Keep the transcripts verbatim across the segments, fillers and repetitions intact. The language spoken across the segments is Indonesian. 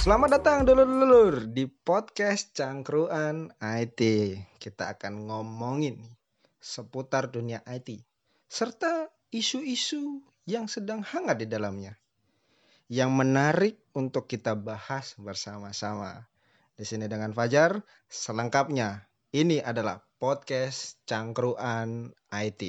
Selamat datang dulur-dulur di podcast Cangkruan I T. Kita akan ngomongin seputar dunia I T serta isu-isu yang sedang hangat di dalamnya, yang menarik untuk kita bahas bersama-sama. Di sini dengan Fajar, selengkapnya ini adalah podcast Cangkruan I T.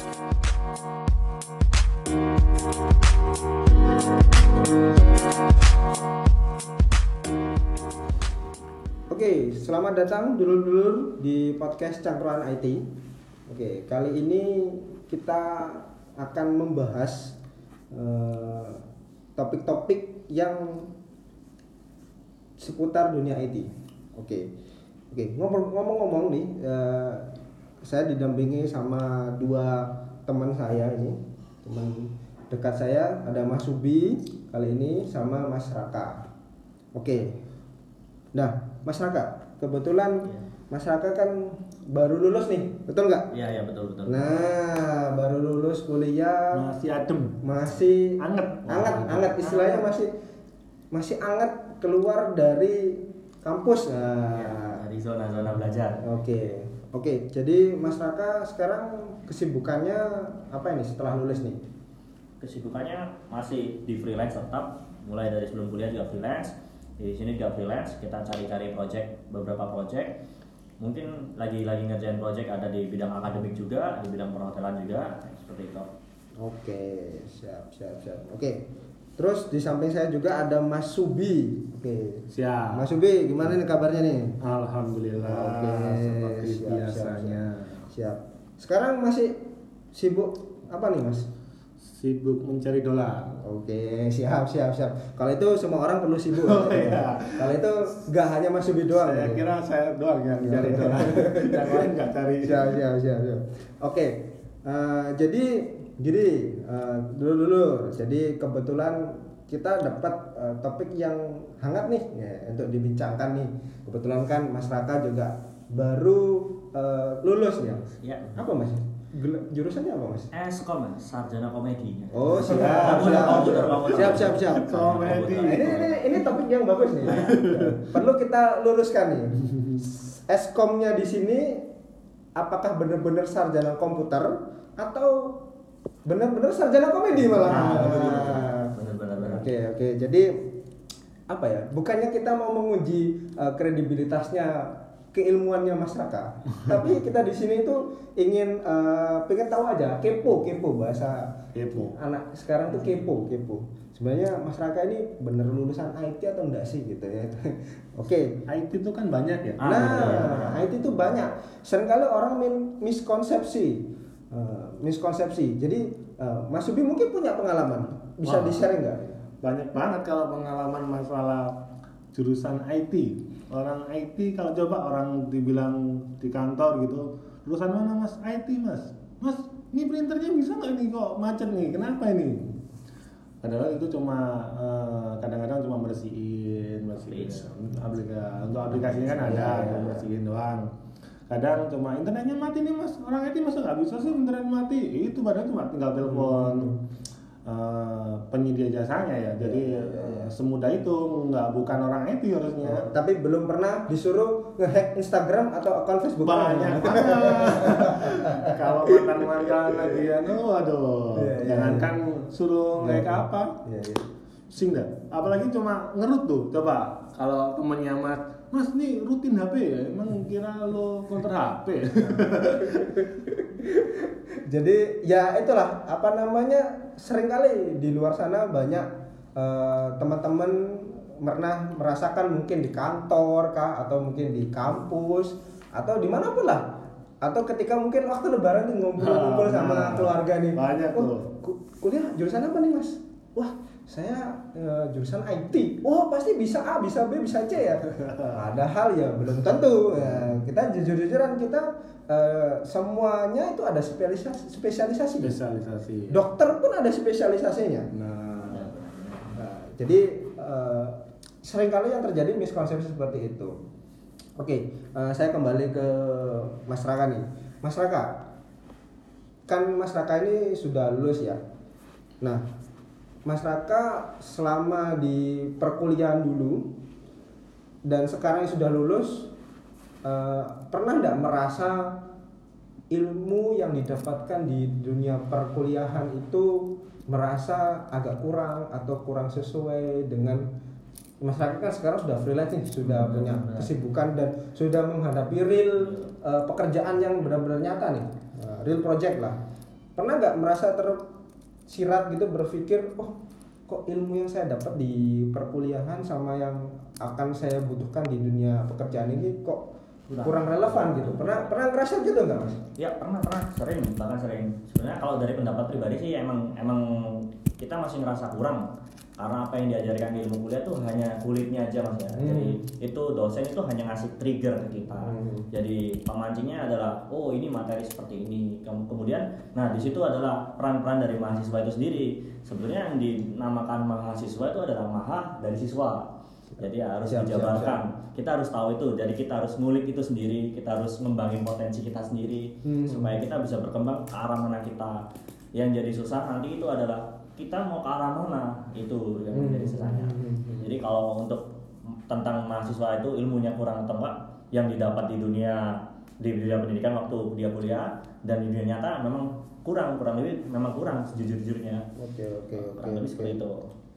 Oke, selamat datang dulur-dulur di podcast Cangkruan I T. Oke, kali ini kita akan membahas uh, topik-topik yang seputar dunia I T. Oke, oke. Ngomong-ngomong nih, uh, saya didampingi sama dua teman saya ini, teman dekat saya, ada Mas Subi kali ini sama Mas Raka. Oke. Nah, Mas Raka, kebetulan ya. Mas Raka kan baru lulus nih, betul nggak? Iya, iya betul betul. Nah, baru lulus kuliah, masih adem, masih anget, anget, anget istilahnya masih masih anget keluar dari kampus. Nah, ya, dari zona-zona belajar. Oke, oke. Jadi Mas Raka sekarang kesibukannya apa ini setelah lulus nih? Kesibukannya masih di freelance tetap, mulai dari sebelum kuliah juga freelance. Di sini juga freelance, kita cari-cari project, beberapa project. Mungkin lagi-lagi ngerjain project ada di bidang akademik juga, di bidang perhotelan juga, seperti itu. Oke, siap, siap, siap. Oke. Terus di samping saya juga ada Mas Subi. Oke. Siap. Mas Subi, gimana nih kabarnya nih? Alhamdulillah. Oke, seperti siap, biasanya. Siap, siap. Sekarang masih sibuk apa nih, Mas? Sibuk mencari dolar. Oke, siap, siap, siap. Kalau itu semua orang perlu sibuk. Oh, iya. Kalau itu nggak hanya Mas Subi doang. Saya gitu. kira saya doang yang cari dolar. Yang lain nggak cari. Siap, siap, siap, siap. Oke, uh, jadi gini, uh, dulu dulu. Jadi kebetulan kita dapat uh, topik yang hangat nih ya, untuk dibincangkan nih. Kebetulan kan Mas Raka juga baru uh, lulus ya. Ya. Apa Mas? Jurusannya apa Mas? Eskom, sarjana komedi. Oh siap, komputer, siap, komputer, komputer. siap, siap, siap. Komedi. Nah, ini, ini, ini topik yang bagus nih. Perlu kita luruskan nih. Eskomnya di sini apakah benar-benar sarjana komputer atau benar-benar sarjana komedi malah? Benar-benar. Oke, oke. Jadi apa ya? Bukannya kita mau menguji uh, kredibilitasnya keilmuannya Mas Raka, tapi kita di sini itu ingin uh, pengen tahu aja, kepo, kepo bahasa Kepo. anak sekarang tuh kepo, kepo. Sebenarnya Mas Raka ini bener lulusan I T atau enggak sih gitu ya? Oke. I T itu kan banyak ya. Nah, ah, I T itu banyak. Seringkali orang min- miskonsepsi, uh, miskonsepsi. Jadi uh, Mas Subi mungkin punya pengalaman, bisa Wah. di-share nggak? Banyak banget kalau pengalaman masalah jurusan I T. Orang I T kalau coba orang dibilang di kantor gitu, lulusan mana Mas? I T Mas. Mas, ini printernya bisa nggak nih kok macet nih? Kenapa ini? Padahal itu cuma uh, kadang-kadang cuma bersihin, bersihin. Aplikasi untuk aplikasinya kan ada, cuma bersihin doang. Kadang cuma internetnya mati nih Mas. Orang I T masa nggak bisa sih internet mati? Itu padahal cuma tinggal telepon. Hmm. Uh, penyedia jasanya ya, jadi ya, ya, ya. semudah itu, nggak bukan orang I T harusnya. Oh, tapi belum pernah disuruh ngehack Instagram atau akun Facebook. Banyak banget. Kalau mantan-mantan lagi ya, oh aduh, ya, ya, jangankan ya. Suruh ngehack ya, apa, ya, ya. Sing dah. Apalagi cuma ngerut tuh, coba kalau temennya Mas, Mas nih rutin H P ya, emang kira lo counter H P? Jadi ya itulah apa namanya, seringkali di luar sana banyak uh, teman-teman pernah merasakan mungkin di kantor kah, atau mungkin di kampus atau dimanapun lah, atau ketika mungkin waktu lebaran nih ngumpul-ngumpul ah, sama nah, keluarga nih, banyak oh, tuh. Kuliah jurusan apa nih Mas? Wah saya uh, jurusan I T. Oh pasti bisa A, bisa B, bisa C ya. Padahal ya belum tentu. Ya, kita jujur-jujuran kita uh, semuanya itu ada spesialisasi. Spesialisasi. Spesialisasi. Dokter pun ada spesialisasinya. Nah, nah jadi uh, seringkali yang terjadi miskonsepsi seperti itu. Oke, uh, saya kembali ke Mas Raka nih. Mas Raka, kan Mas Raka ini sudah lulus ya. Nah, Mas Raka selama di perkuliahan dulu dan sekarang sudah lulus, uh, pernah nggak merasa ilmu yang didapatkan di dunia perkuliahan itu merasa agak kurang atau kurang sesuai dengan masyarakat kan sekarang sudah freelance nih, sudah hmm, punya benar. Kesibukan dan sudah menghadapi real uh, pekerjaan yang benar-benar nyata nih, uh, real project lah. Pernah nggak merasa tersirat gitu berpikir, oh kok ilmu yang saya dapat di perkuliahan sama yang akan saya butuhkan di dunia pekerjaan ini kok kurang, kurang relevan gitu. Pernah pernah ngerasa gitu nggak Mas? Ya pernah pernah sering bahkan sering. Sebenarnya kalau dari pendapat pribadi sih emang emang kita masih ngerasa kurang karena apa yang diajarkan di ilmu kuliah tuh hanya kulitnya aja Mas ya. Hmm. Jadi itu dosen itu hanya ngasih trigger ke kita. Hmm. Jadi pemancingnya adalah oh ini materi seperti ini. Kemudian nah di situ adalah peran-peran dari mahasiswa itu sendiri. Sebenarnya yang dinamakan mahasiswa itu adalah maha dari siswa. Jadi harus siap, dijabarkan. Siap, siap. Kita harus tahu itu. Jadi kita harus ngulik itu sendiri. Kita harus ngembangin potensi kita sendiri hmm. supaya kita bisa berkembang ke arah mana kita. Yang jadi susah nanti itu adalah kita mau ke arah mana, itu yang menjadi hmm. susahnya. Hmm. Jadi kalau untuk tentang mahasiswa itu ilmunya kurang atau enggak, yang didapat di dunia di dunia pendidikan waktu dia kuliah dan di dunia nyata memang kurang kurang lebih memang kurang sejujur-jujurnya. Oke oke oke. Kurang lebih seperti itu.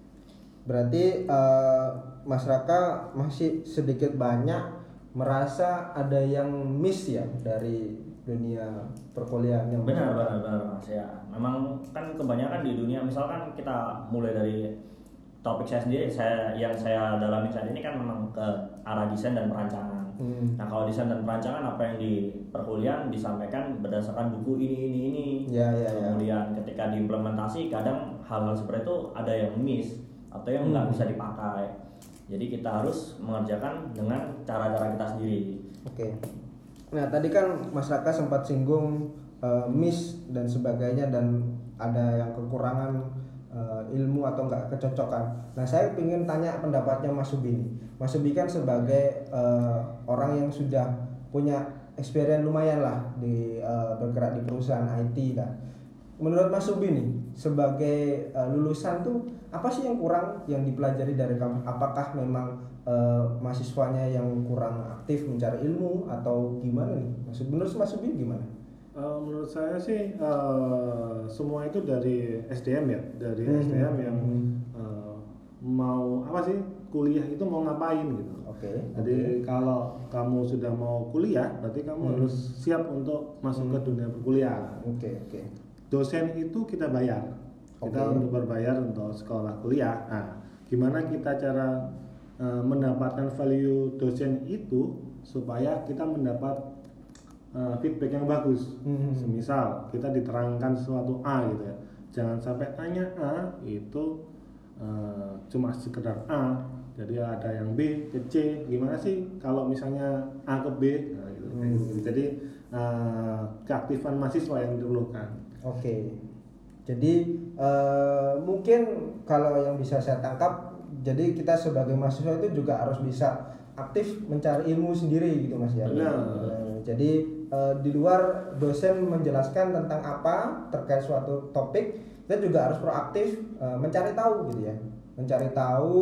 Berarti uh, masyarakat masih sedikit banyak merasa ada yang miss ya dari dunia perkuliahan yang benar benar benar Mas ya. Memang kan kebanyakan di dunia misalkan kita mulai dari topik saya sendiri, saya yang saya dalami saat ini kan memang ke arah desain dan perancangan. Hmm. Nah kalau desain dan perancangan apa yang di perkuliahan disampaikan berdasarkan buku ini ini ini. Ya, ya, Kemudian ya. ketika diimplementasi kadang hal-hal seperti itu ada yang miss atau yang nggak hmm. bisa dipakai. Jadi kita harus mengerjakan dengan cara-cara kita sendiri. Oke. Nah tadi kan masyarakat sempat singgung uh, miss dan sebagainya dan ada yang kekurangan uh, ilmu atau enggak kecocokan. Nah saya ingin tanya pendapatnya Mas Subi nih. Mas Subi kan sebagai uh, orang yang sudah punya experience lumayan lah di uh, bergerak di perusahaan I T lah. Menurut Mas Subi nih sebagai uh, lulusan tuh apa sih yang kurang yang dipelajari dari kamu? Apakah memang Uh, mahasiswanya yang kurang aktif mencari ilmu atau gimana nih? Maksud menurut Mas Subi gimana? Uh, menurut saya sih uh, semua itu dari S D M ya, dari hmm. S D M yang uh, mau apa sih kuliah itu mau ngapain gitu. Oke. Okay, Jadi okay. kalau kamu sudah mau kuliah, berarti kamu hmm. harus siap untuk masuk hmm. ke dunia perkuliahan. Oke okay, oke. Okay. Dosen itu kita bayar, kita okay. untuk berbayar untuk sekolah kuliah. Nah, gimana kita cara Uh, mendapatkan value dosen itu supaya kita mendapat uh, feedback yang bagus. Mm-hmm. Semisal kita diterangkan sesuatu A gitu ya, jangan sampai tanya A itu uh, cuma sekedar A, jadi ada yang B ke C. Gimana sih kalau misalnya A ke B? Nah, gitu. Mm-hmm. Jadi uh, keaktifan mahasiswa yang diperlukan. Oke. Okay. Jadi uh, mungkin kalau yang bisa saya tangkap, jadi kita sebagai mahasiswa itu juga harus bisa aktif mencari ilmu sendiri gitu Mas ya. Benar. Uh, jadi uh, di luar dosen menjelaskan tentang apa terkait suatu topik, kita juga harus proaktif uh, mencari tahu gitu ya. Mencari tahu,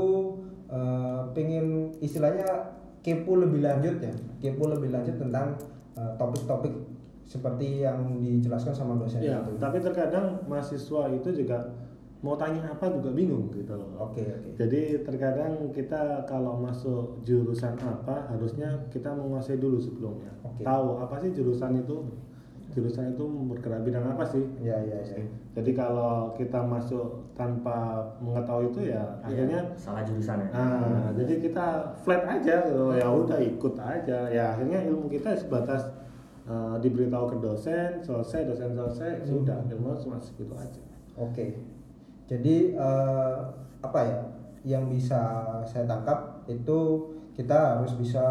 uh, pengen istilahnya kepo lebih lanjut ya. Kepo lebih lanjut tentang uh, topik-topik seperti yang dijelaskan sama dosen ya, itu. Tapi terkadang mahasiswa itu juga mau tanya apa juga bingung gitu loh. Oke, oke. Jadi terkadang kita kalau masuk jurusan apa harusnya kita menguasai dulu sebelumnya. Oke. Tahu apa sih jurusan itu? Jurusan itu bergerak bidang apa sih? Ya, ya, ya. Jadi kalau kita masuk tanpa mengetahui itu ya, ya akhirnya salah jurusan ya. Nah, hmm. jadi kita flat aja gitu. Ya udah ikut aja. Ya akhirnya ilmu kita sebatas uh, diberitahu ke dosen, selesai dosen selesai, hmm. sudah ilmu cuma segitu aja. Oke. Jadi uh, apa ya yang bisa saya tangkap itu kita harus bisa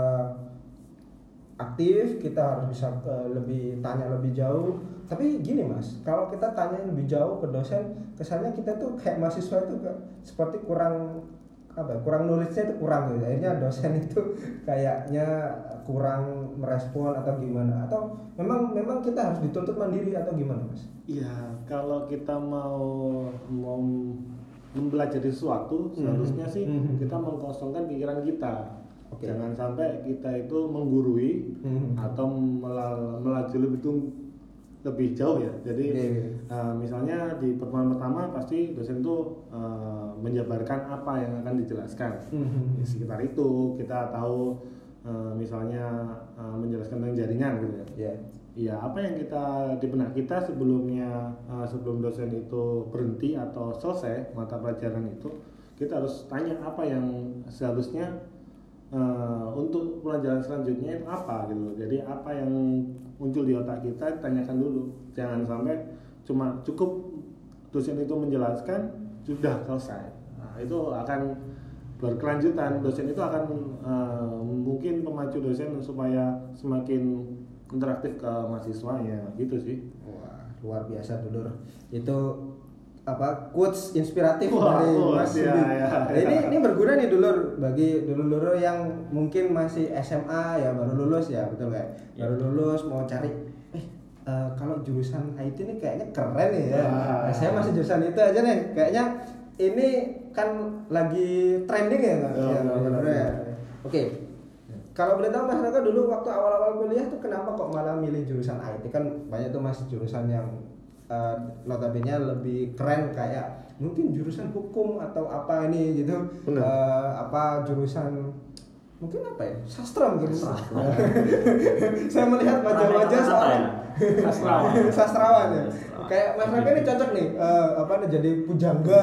aktif, kita harus bisa uh, lebih tanya lebih jauh. Tapi gini Mas, kalau kita tanya lebih jauh ke dosen, kesannya kita tuh kayak mahasiswa itu kan seperti kurang apa? Kurang knowledge-nya itu kurang gitu. Akhirnya dosen itu kayaknya kurang merespon atau gimana? Atau memang memang kita harus dituntut mandiri atau gimana Mas? Iya, kalau kita mau mau mempelajari sesuatu, seharusnya mm-hmm. sih mm-hmm. kita mengkosongkan pikiran kita. Oke. Jangan sampai kita itu menggurui Hmm. atau melal- melaju lebih tung- lebih jauh ya. Jadi Oke. uh, misalnya di pertemuan pertama pasti dosen itu uh, menjabarkan apa yang akan dijelaskan. Hmm. Di sekitar itu kita tahu uh, misalnya uh, menjelaskan tentang jaringan gitu ya. Ya. Iya, apa yang kita di benak kita sebelumnya uh, sebelum dosen itu berhenti atau selesai mata pelajaran itu, kita harus tanya apa yang seharusnya uh, untuk pelajaran selanjutnya itu apa gitu loh. Jadi apa yang muncul di otak kita tanyakan dulu. Jangan sampai cuma cukup dosen itu menjelaskan sudah selesai. Nah, itu akan berkelanjutan. Dosen itu akan uh, mungkin pemacu dosen supaya semakin interaktif ke mahasiswanya gitu sih. Wah, luar biasa Dulur. Itu apa quotes inspiratif Wah, dari quotes, Mas ya, Budi. ya, Nah, ya. ini ini berguna nih Dulur bagi dulur-dulur yang mungkin masih S M A ya, baru lulus ya, betul kayak Ya. baru lulus mau cari eh eh, kalau jurusan I T ini kayaknya keren nih ya. Wah. Nah, saya masih jurusan itu aja nih. Kayaknya ini kan lagi trending ya, Mas? Ya, Ya, benar, benar benar. ya. Oke. Kalau boleh tahu Mas Raka dulu waktu awal-awal kuliah tuh kenapa kok malah milih jurusan I T? Kan banyak tuh Mas jurusan yang uh, notabene lebih keren kayak mungkin jurusan hukum atau apa ini gitu. Benar. Uh, apa jurusan mungkin apa ya? Sastra mungkin. Saya melihat wajah-wajah Apa seorang ya? Sastrawan. sastrawan ya. Sastrawan. Kayak Mas Raka ini cocok nih uh, apa nih jadi pujangga.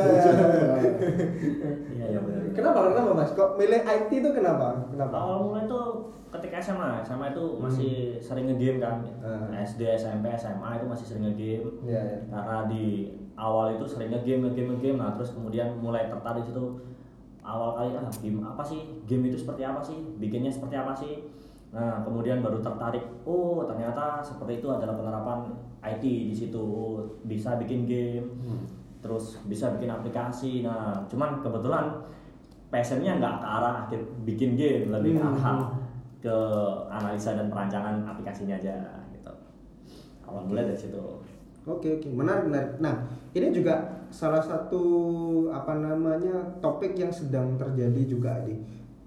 Iya, iya benar. Kenapa? Kenapa Mas? Kok milih I T itu kenapa? Kenapa? Awal mulai tuh ketika S M A, S M A itu masih sering nge-game kan. Hmm. S D, S M P, S M A itu masih sering nge-game. Iya, iya. Karena di awal itu sering nge-game, nge-game, nge-game. Nah, terus kemudian mulai tertarik situ. Awal kali ah game apa sih? Game itu seperti apa sih? Bikinnya seperti apa sih? Nah, kemudian baru tertarik. Oh, ternyata seperti itu adalah penerapan I T di situ. Bisa bikin game. Terus bisa bikin aplikasi. Nah, cuman kebetulan passionnya nggak ke arah akhir bikin game, lebih ke Hmm. arah ke analisa dan perancangan aplikasinya aja gitu. Awal mulai dari situ. Oke oke menarik menarik. Nah ini juga salah satu apa namanya topik yang sedang terjadi juga di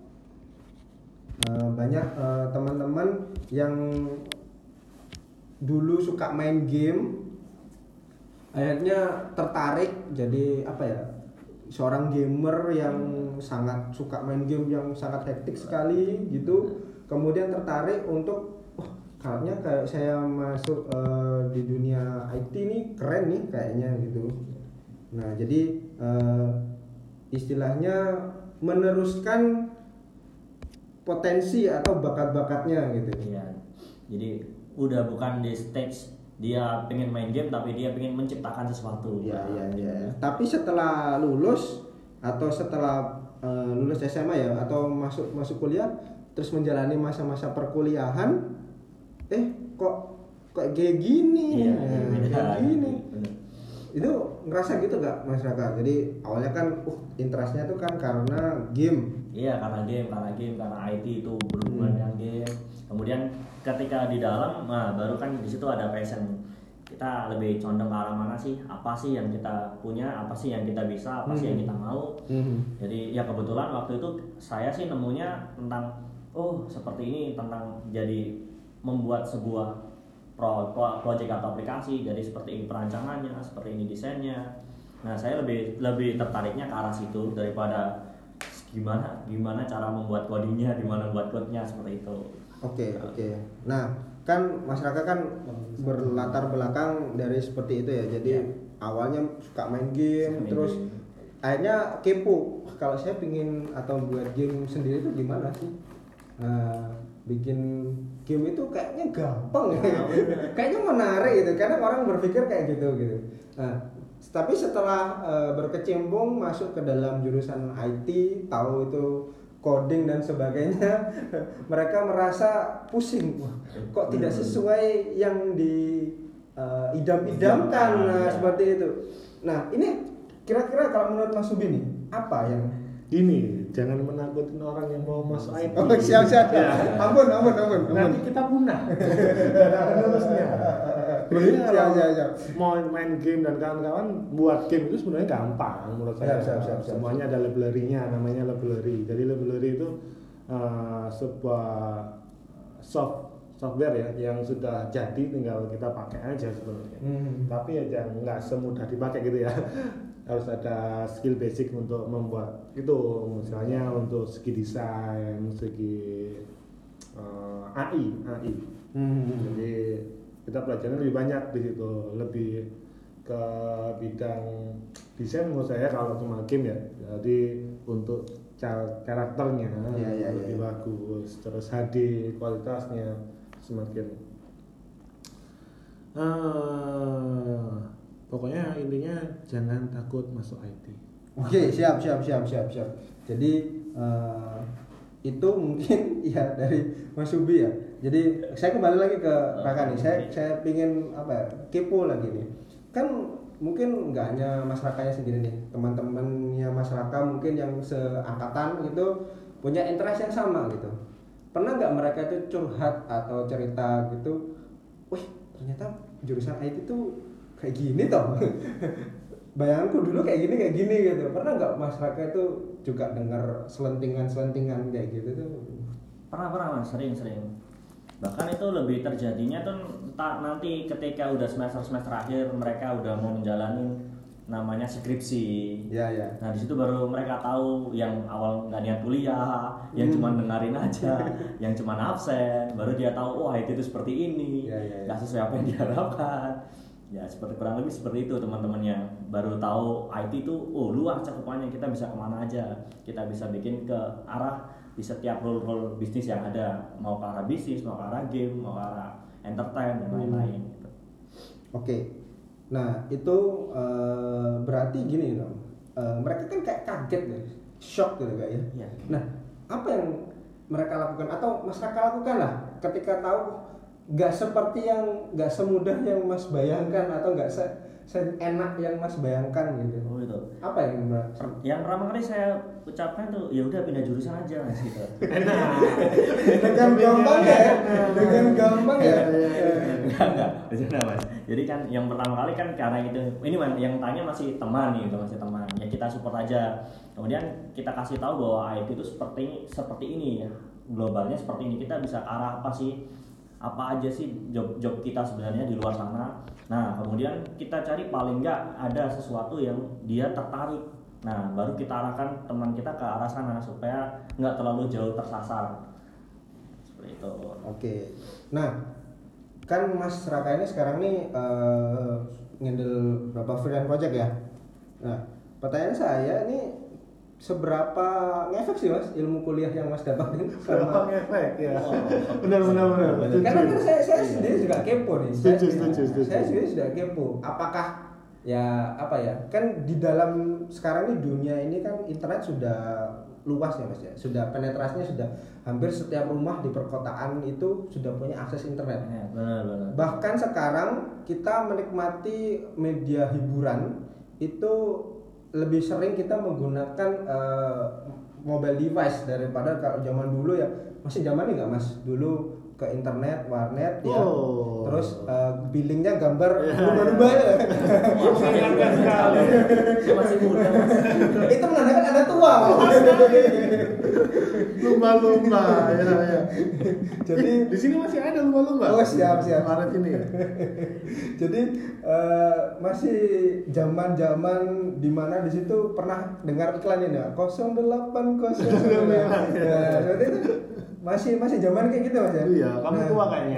uh, banyak uh, teman-teman yang dulu suka main game akhirnya tertarik jadi apa ya seorang gamer yang sangat suka main game yang sangat hektik sekali gitu kemudian tertarik untuk kayaknya kayak saya masuk uh, di dunia I T nih keren nih kayaknya gitu. Nah jadi uh, istilahnya meneruskan potensi atau bakat-bakatnya gitu. Iya. Jadi udah bukan di stage dia pengen main game tapi dia pengen menciptakan sesuatu. Iya Nah, iya iya. gitu. Tapi setelah lulus atau setelah uh, lulus S M A ya atau masuk masuk kuliah terus menjalani masa-masa perkuliahan eh kok kok kayak gini Iya, Nah, beda. kayak gini Bener. itu ngerasa gitu gak Mas Raka? Jadi awalnya kan uh interestnya tuh kan karena game. Iya, karena game, karena game, karena I T itu berhubungan Hmm. dengan game. Kemudian ketika di dalam, nah baru kan di situ ada passion. Kita lebih condong ke arah mana sih? Apa sih yang kita punya? Apa sih yang kita bisa? Apa sih yang kita mau? Jadi ya kebetulan waktu itu saya sih nemunya tentang oh seperti ini tentang jadi membuat sebuah pro, pro- project atau aplikasi. Jadi seperti ini perancangannya, seperti ini desainnya. Nah saya lebih lebih tertariknya ke arah situ daripada gimana gimana cara membuat codingnya, gimana membuat code-nya seperti itu. Oke oke. Nah kan masyarakat kan berlatar belakang dari seperti itu ya. Jadi Ya. awalnya suka main game, Main terus game. akhirnya kepo. Kalau saya pingin atau buat game sendiri itu gimana sih? Nah, bikin game itu kayaknya gampang ya. Kayaknya menarik gitu. Kadang orang berpikir kayak gitu gitu. Nah, tapi setelah uh, berkecimpung masuk ke dalam jurusan I T, tahu itu coding dan sebagainya, mereka merasa pusing. Wah, kok tidak sesuai yang di uh, idam-idamkan nah, seperti itu. Nah, ini kira-kira kalau menurut Mas Subi nih, apa yang Gini, jangan menakutin orang yang mau masuk I T. Oh, siap siap. siap. Ya. Ampun, ampun, ampun, ampun. Nanti kita punah. Gak ada penerusnya. Sebenarnya Siap, kalau siap, siap. mau main game dan kawan-kawan buat game itu sebenarnya gampang menurut saya. Siap, siap, siap, siap. Semuanya ada library-nya, namanya library. Jadi library itu uh, sebuah soft software ya yang sudah jadi, tinggal kita pakai aja sebenarnya. Hmm. Tapi ya jangan nggak semudah dipakai gitu ya. Harus ada skill basic untuk membuat itu, misalnya untuk segi desain, segi uh, A I, A I. Hmm. Jadi kita pelajaran lebih banyak di situ, lebih ke bidang desain menurut saya kalau cuma game ya. Jadi untuk car- karakternya Ya, ya, lebih ya. bagus, terus H D kualitasnya semakin uh, pokoknya intinya jangan takut masuk I T. Oke, siap, siap, siap, siap, siap. Jadi eh, itu mungkin ya dari Mas Subi ya. Jadi saya kembali lagi ke Raka nih. Saya saya pingin apa ya, kepo lagi nih. Kan mungkin nggak hanya Mas Rakanya sendiri nih, teman-temannya Mas Raka mungkin yang seangkatan gitu punya interest yang sama gitu. Pernah nggak mereka itu curhat atau cerita gitu? Wih, ternyata jurusan I T tuh kayak gini toh. Bayanganku dulu kayak gini kayak gini gitu. Pernah nggak Mas Raka itu juga dengar selentingan-selentingan kayak gitu tuh? Pernah pernah mas, sering sering. Bahkan itu lebih terjadinya tuh tak nanti ketika udah semester semester akhir mereka udah mau menjalani namanya skripsi. Ya ya. Nah di situ baru mereka tahu yang awal nggak niat kuliah, yang Hmm. cuma dengerin aja, yang cuma absen, baru dia tahu oh I T itu seperti ini, Ya, ya, ya. nggak sesuai apa yang diharapkan. Ya seperti kurang lebih seperti itu teman-temannya. Baru tahu I T itu oh luas cakupannya, kita bisa kemana aja, kita bisa bikin ke arah di setiap role-role bisnis yang ada, mau ke arah bisnis, mau ke arah game, mau ke arah entertain dan lain-lain. Gitu. Oke. Nah itu eh, berarti gini dong. Eh, mereka kan kayak kaget deh, shock gitu kayak ya. Iya. Nah apa yang mereka lakukan atau Mas Raka lakukan lah ketika tahu nggak seperti yang nggak semudah yang Mas bayangkan atau nggak se seenak yang Mas bayangkan gitu. Oh itu. Apa yang Mas? Yang pertama kali saya ucapkan tuh ya udah pindah jurusan aja mas gitu. Dengan gampang ya, dengan gampang ya. Enggak enggak, bercanda mas. Jadi kan yang pertama kali kan karena itu, ini man, yang tanya masih teman gitu, masih teman. Ya kita support aja. Kemudian kita kasih tahu bahwa I T itu seperti seperti ini ya, globalnya seperti ini. Kita bisa ke arah apa sih? Apa aja sih job-job kita sebenarnya di luar sana. Nah kemudian kita cari paling enggak ada sesuatu yang dia tertarik. Nah baru kita arahkan teman kita ke arah sana supaya nggak terlalu jauh tersasar. Seperti itu. Oke. Nah, kan Mas Raka ini sekarang nih uh, ngendel berapa freelance project ya? Nah, pertanyaan saya ini seberapa ngefek sih Mas ilmu kuliah yang Mas dapatin Berapa sama ngefek ya? Oh. Benar benar benar. karena kan saya, saya sendiri juga kepo nih. Saya, Setuju, setuju, setuju. saya sendiri sudah kepo. Apakah ya apa ya? Kan di dalam sekarang ini dunia ini kan internet sudah luas ya Mas ya. Sudah penetrasinya sudah hampir setiap rumah di perkotaan itu sudah punya akses internet. Ya, benar benar. Bahkan sekarang kita menikmati media hiburan itu lebih sering kita menggunakan uh, mobile device daripada kalau zaman dulu ya. Masih zaman ini nggak Mas? Dulu ke internet, warnet ya. Oh. Terus uh, billingnya gambar lumba-lumba ya. Menyenangkan sekali. Saya masih muda mas. Itu menandakan Anda tua. Lumba-lumba ya ya. Jadi Di sini masih ada lumba-lumba. Oh, siap, siap. Maret ini. Jadi eh, masih zaman-zaman dimana di situ pernah dengar iklan ini ya nol delapan nol sembilan. Nah, seperti itu masih masih zaman kayak gitu Mas ya. Iya, kamu Nah, tua kayaknya.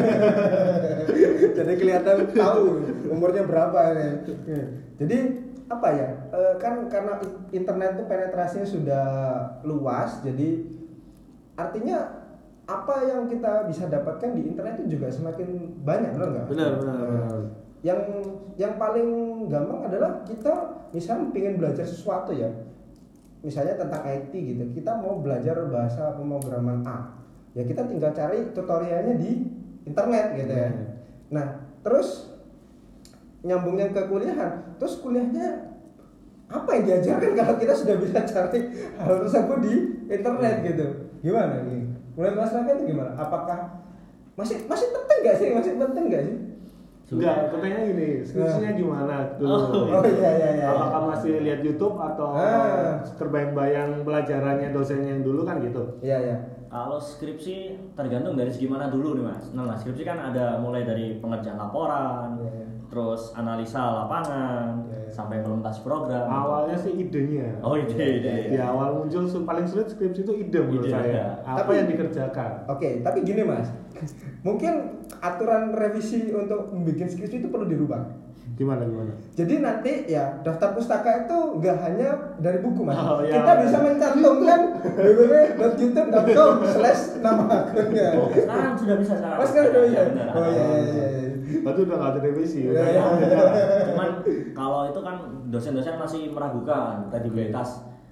Jadi kelihatan tahu umurnya berapa ini. Jadi apa ya? Eh, kan karena internet itu penetrasinya sudah luas, jadi artinya apa yang kita bisa dapatkan di internet itu juga semakin banyak, benar nggak? Benar, benar, benar. Yang yang paling gampang adalah kita misalnya pengen belajar sesuatu ya, misalnya tentang I T gitu, kita mau belajar bahasa pemrograman A, ya kita tinggal cari tutorialnya di internet gitu ya. Hmm. Nah terus nyambungnya ke kuliahan, terus kuliahnya apa yang diajarkan kalau kita sudah bisa cari hal tersebut di internet gitu? Gimana nih? Mulai masyarakat itu gimana? Apakah masih masih penting nggak sih? Masih penting nggak sih? Enggak, pertanyaan gini, skripsinya gimana dulu? Oh iya iya iya. Apakah masih lihat YouTube atau Ah. terbayang-bayang pelajarannya dosennya yang dulu kan gitu? Iya iya. Kalau skripsi tergantung dari segi mana dulu nih mas. Nah, skripsi kan ada mulai dari pengerjaan laporan, Iya, iya. terus analisa lapangan, Iya, iya. sampai implementasi program. Awalnya sih idenya. Oh ide ide. Di awal muncul su- paling sulit skripsi itu ide menurut Ide, saya. ya. Apa Tapi- yang dikerjakan? Oke, tapi gini mas, mungkin aturan revisi untuk membuat skripsi itu perlu dirubah. Gimana gimana? Jadi nanti ya daftar pustaka itu nggak hanya dari buku mas, Oh, iya. kita bisa mencantumkan w w w dot youtube dot com slash nama akunnya. Oh, sekarang sudah bisa sekarang. Oh sekarang udah bisa. Ya, benar. Oh iya iya iya. Berarti udah nggak ada revisi. Iya, udah iya. ada. Cuman kalau itu kan dosen-dosen masih meragukan kredibilitas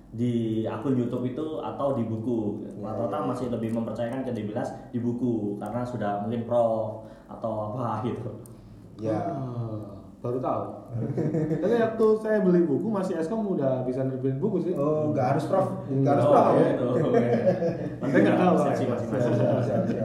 di akun YouTube itu atau di buku. Rata-rata masih lebih mempercayakan kredibilitas di buku karena sudah mungkin pro atau apa gitu. Ya. Ah, baru tahu. Tapi waktu saya beli buku masih Eskom udah bisa nerbitin buku sih. Oh nggak harus prof, nggak harus Oh, prof. iya, itu. Nanti nggak tahu, persepsi Pak. masing-masing. Siap, siap, siap.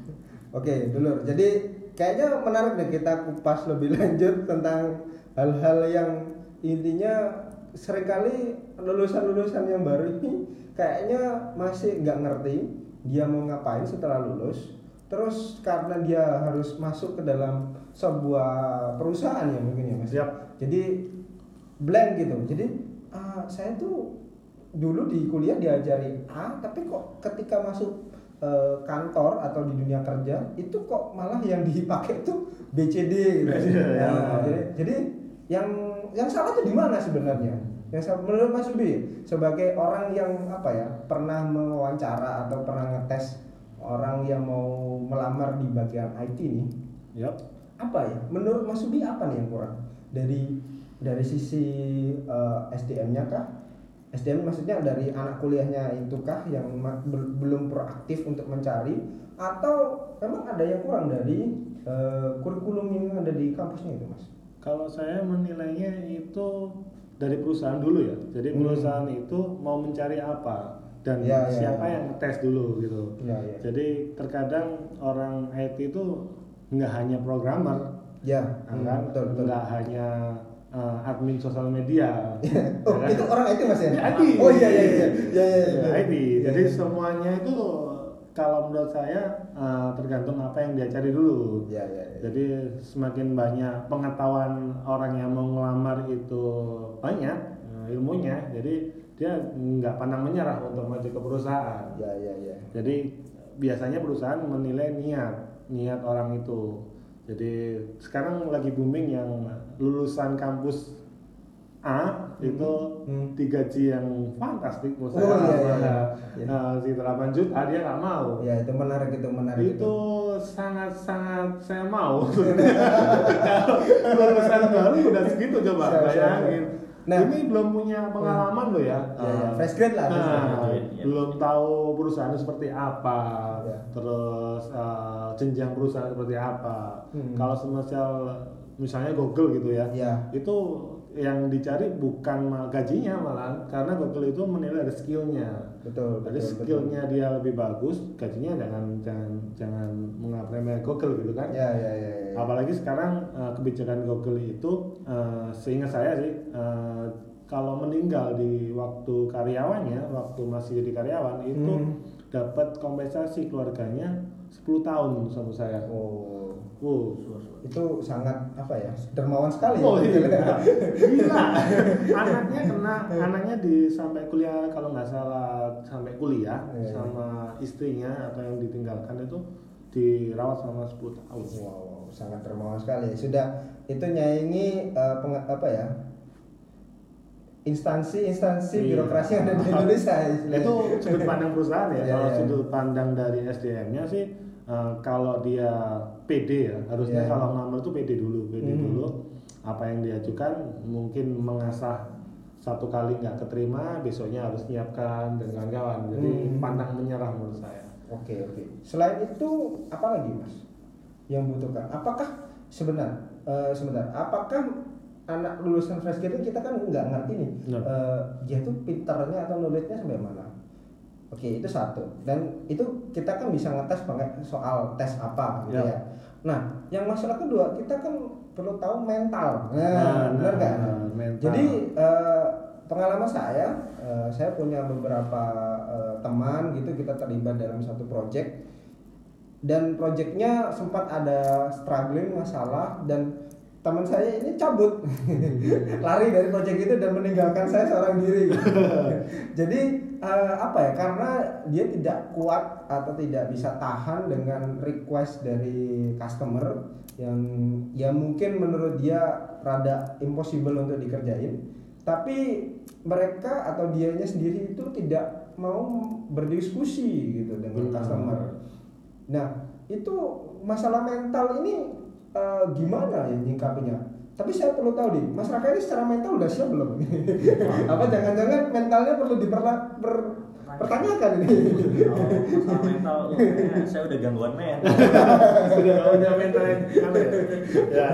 Oke, dulu. Jadi kayaknya menarik nih kita kupas lebih lanjut tentang hal-hal yang intinya seringkali lulusan-lulusan yang baru ini kayaknya masih nggak ngerti dia mau ngapain setelah lulus. Terus karena dia harus masuk ke dalam sebuah perusahaan ya mungkin ya mas. Siap. Jadi blank gitu. Jadi ah, saya tuh dulu di kuliah diajari A, tapi kok ketika masuk eh, kantor atau di dunia kerja itu kok malah yang dipakai tuh B C D gitu. Iya, Nah, iya. jadi, jadi yang yang salah tuh di mana sebenarnya? Yang salah menurut Mas Ubi sebagai orang yang apa ya pernah mewawancara atau pernah ngetes orang yang mau melamar di bagian I T nih, Yap. apa ya? Menurut Mas Ubi apa nih yang kurang dari dari sisi eh, S D M-nya kah? S D M maksudnya dari anak kuliahnya itu kah yang ma- bel- belum proaktif untuk mencari atau memang ada yang kurang dari eh, kurikulum yang ada di kampusnya itu mas? Kalau saya menilainya itu dari perusahaan dulu ya. Jadi Hmm. perusahaan itu mau mencari apa dan Ya, ya, siapa ya. yang ngetes dulu gitu. Ya, ya. Jadi terkadang orang I T itu nggak hanya programmer, Ya, kan? hmm, betul betul. Nggak hanya uh, admin sosial media. Oh ya kan? itu orang I T mas ya? Ya, I T. Oh iya iya iya iya iya. Ya, I T. Iya, Jadi iya. semuanya itu kalau menurut saya uh, tergantung apa yang dia cari dulu. Iya iya. iya. Jadi semakin banyak pengetahuan orang yang mau ngelamar itu banyak uh, ilmunya, jadi dia nggak pandang menyerah untuk maju ke perusahaan. Iya iya iya. Jadi biasanya perusahaan menilai niat niat orang itu. Jadi sekarang lagi booming yang lulusan kampus A itu Hmm. digaji yang fantastik menurut Oh, saya. iya, iya, iya. Iya. Uh, si delapan juta dia nggak mau. Ya itu menarik itu menarik Itu sangat-sangat saya mau. Kalau lulusan baru udah segitu coba Siap, siap, bayangin. siap. Nah. Ini belum punya pengalaman loh ya. Ya, ya. Uh, Fresh grade lah. fresh Nah, grade. ya. belum tahu perusahaan seperti apa, Ya. terus uh, jenjang perusahaan seperti apa. Hmm. Kalau semisal misalnya Google gitu ya, Ya. itu yang dicari bukan mal- gajinya malah, karena Google itu menilai dari skillnya. Betul Jadi betul, skillnya dia lebih bagus, gajinya jangan jangan jangan mengapresiasi Google gitu kan. Ya ya ya. ya. Apalagi sekarang uh, kebijakan Google itu, uh, seingat saya sih, uh, kalau meninggal di waktu karyawannya, waktu masih jadi karyawan itu Hmm. dapat kompensasi keluarganya sepuluh tahun sama saya. Oh Wow. itu sangat apa ya dermawan sekali Oh ya. iya, gila. Anaknya kena, anaknya di sampai kuliah kalau nggak salah sampai kuliah Iya, iya. sama istrinya atau yang ditinggalkan itu dirawat selama sepuluh tahun. Wow, sangat dermawan sekali. Sudah itu nyaingi eh, penge- apa ya? Instansi-instansi Iya. birokrasi yang ada di Indonesia. istilahnya. Itu sudut pandang perusahaan ya. Iya, Kalau iya. sudut pandang dari S D M-nya sih, eh, kalau dia pede ya, harusnya Iya. kalau ngelamar itu pede dulu, pede Hmm. dulu. Apa yang diajukan mungkin mengasah satu kali nggak keterima, besoknya harus nyiapkan dan kawan-kawan. Jadi Hmm. pantang menyerah menurut saya. Oke oke. Selain itu apa lagi mas yang butuhkan? Apakah sebentar eh, sebentar? Apakah anak lulusan fresh grade kita kan nggak ngerti nih Benar. eh, dia tuh pinternya atau knowledge-nya sampai mana? Oke itu satu. Dan itu kita kan bisa ngetes pakai soal tes apa gitu Ya. ya. Nah, yang masalah kedua kita kan perlu tahu mental. Nah, Nah, benar nggak? nah, mental. Jadi eh, pengalaman saya, eh, saya punya beberapa eh, teman gitu, kita terlibat dalam satu project dan projectnya sempat ada struggling masalah dan teman saya ini cabut lari dari project itu dan meninggalkan saya seorang diri. Jadi uh, apa ya, karena dia tidak kuat atau tidak bisa tahan dengan request dari customer yang ya mungkin menurut dia rada impossible untuk dikerjain, tapi mereka atau dianya sendiri itu tidak mau berdiskusi gitu dengan Hmm. customer. Nah itu masalah mental ini Uh, gimana ya nyingkapinya? Tapi saya perlu tahu nih, Mas Raka ini secara mental udah siap belum? Apa jangan-jangan mentalnya perlu dipertanyakan ini? Kalau masalah mental, oh, kayaknya saya udah gangguan men. Sudah punya mental yang apa ya? Ya.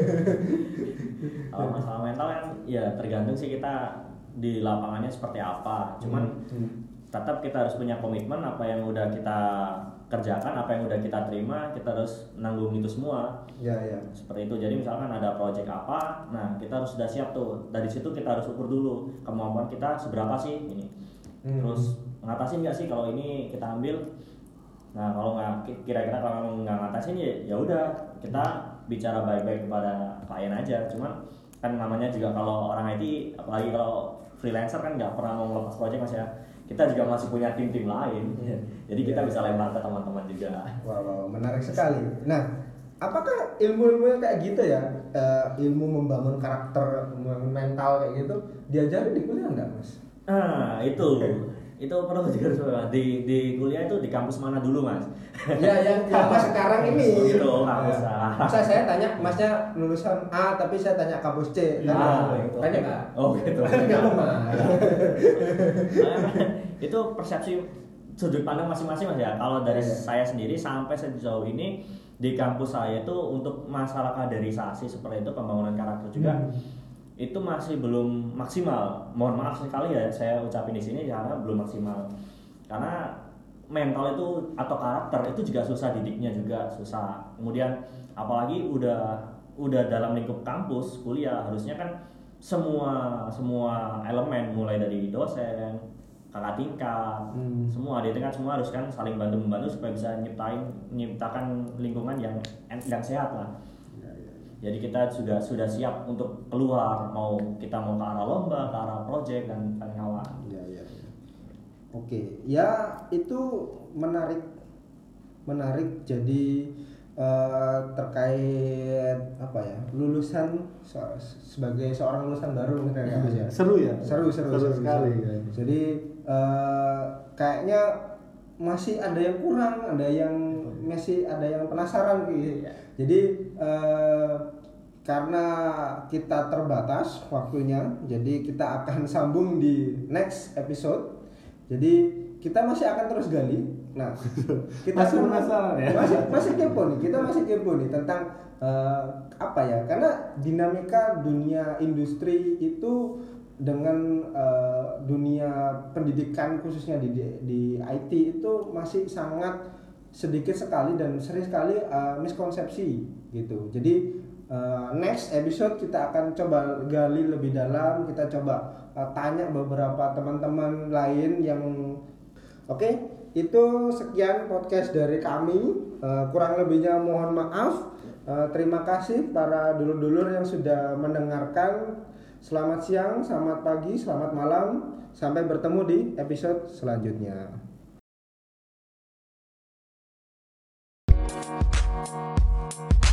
Kalau masalah mental kan ya tergantung sih kita di lapangannya seperti apa. Cuman Hmm. tetap kita harus punya komitmen, apa yang udah kita kerjakan, apa yang udah kita terima, kita harus nanggung itu semua. Ya ya. Seperti itu. Jadi misalkan ada project apa, nah kita harus sudah siap tuh. Dari situ kita harus ukur dulu kemampuan kita seberapa sih ini. Hmm. Terus ngatasin nggak sih kalau ini kita ambil. Nah kalau nggak, kira-kira kalau nggak ngatasin ya ya udah kita bicara baik-baik kepada klien aja. Cuman kan namanya juga kalau orang I T, apalagi kalau freelancer kan nggak pernah mau melepas project Mas ya. Kita juga masih punya tim-tim lain, jadi kita Ya, bisa ya. lempar ke teman-teman juga. Wow, wow, menarik sekali. Nah, apakah ilmu-ilmu kayak gitu ya, uh, ilmu membangun karakter, membangun mental kayak gitu, diajarin di kuliah nggak, Mas? Nah itu, itu perlu digarisbawahi. Di di kuliah itu di kampus mana dulu Mas? Ya, yang yang Mas sekarang ini. Itu kampus Ya. A. Masa saya tanya, Masnya lulusan A, tapi saya tanya kampus C. Kan Ah, ya? itu. Tanya nggak? Oh gitu. Kan nggak mau, Mas. Itu persepsi sudut pandang masing-masing Mas ya. Kalau dari Ya, ya. saya sendiri sampai sejauh ini di kampus saya itu untuk masalah kaderisasi seperti itu, pembangunan karakter juga. Hmm. Itu masih belum maksimal. Mohon maaf sekali ya saya ucapin di sini karena belum maksimal. Karena mental itu atau karakter itu juga susah didiknya juga susah. Kemudian apalagi udah udah dalam lingkup kampus kuliah harusnya kan semua semua elemen mulai dari dosen, kakak tingkat, Hmm. semua di tingkat semua harus kan saling bantu membantu supaya bisa nyiptain nyiptakan lingkungan yang yang sehat lah. Jadi kita sudah sudah siap untuk keluar, mau kita mau ke arah lomba, ke arah project dan kawan-kawan. Ya, ya, ya. Oke, ya itu menarik, menarik. Jadi eh, terkait apa ya, lulusan se- sebagai seorang lulusan baru mungkin ya Mas ya. Seru ya? Seru, seru, seru, sekali. seru. Jadi eh, kayaknya masih ada yang kurang, ada yang masih ada yang penasaran gitu. Jadi eh, karena kita terbatas waktunya, jadi kita akan sambung di next episode. Jadi kita masih akan terus gali. Nah, kita Masih akan- penasaran ya? Masih masih kepo nih. Kita masih kepo nih tentang eh, apa ya? Karena dinamika dunia industri itu dengan eh, dunia pendidikan khususnya di, di di I T itu masih sangat sedikit sekali dan sering sekali eh, miskonsepsi gitu. Jadi eh, next episode kita akan coba gali lebih dalam, kita coba eh, tanya beberapa teman-teman lain yang oke, itu sekian podcast dari kami. Eh, kurang lebihnya mohon maaf. Eh, terima kasih para dulur-dulur yang sudah mendengarkan. Selamat siang, selamat pagi, selamat malam. Sampai bertemu di episode selanjutnya.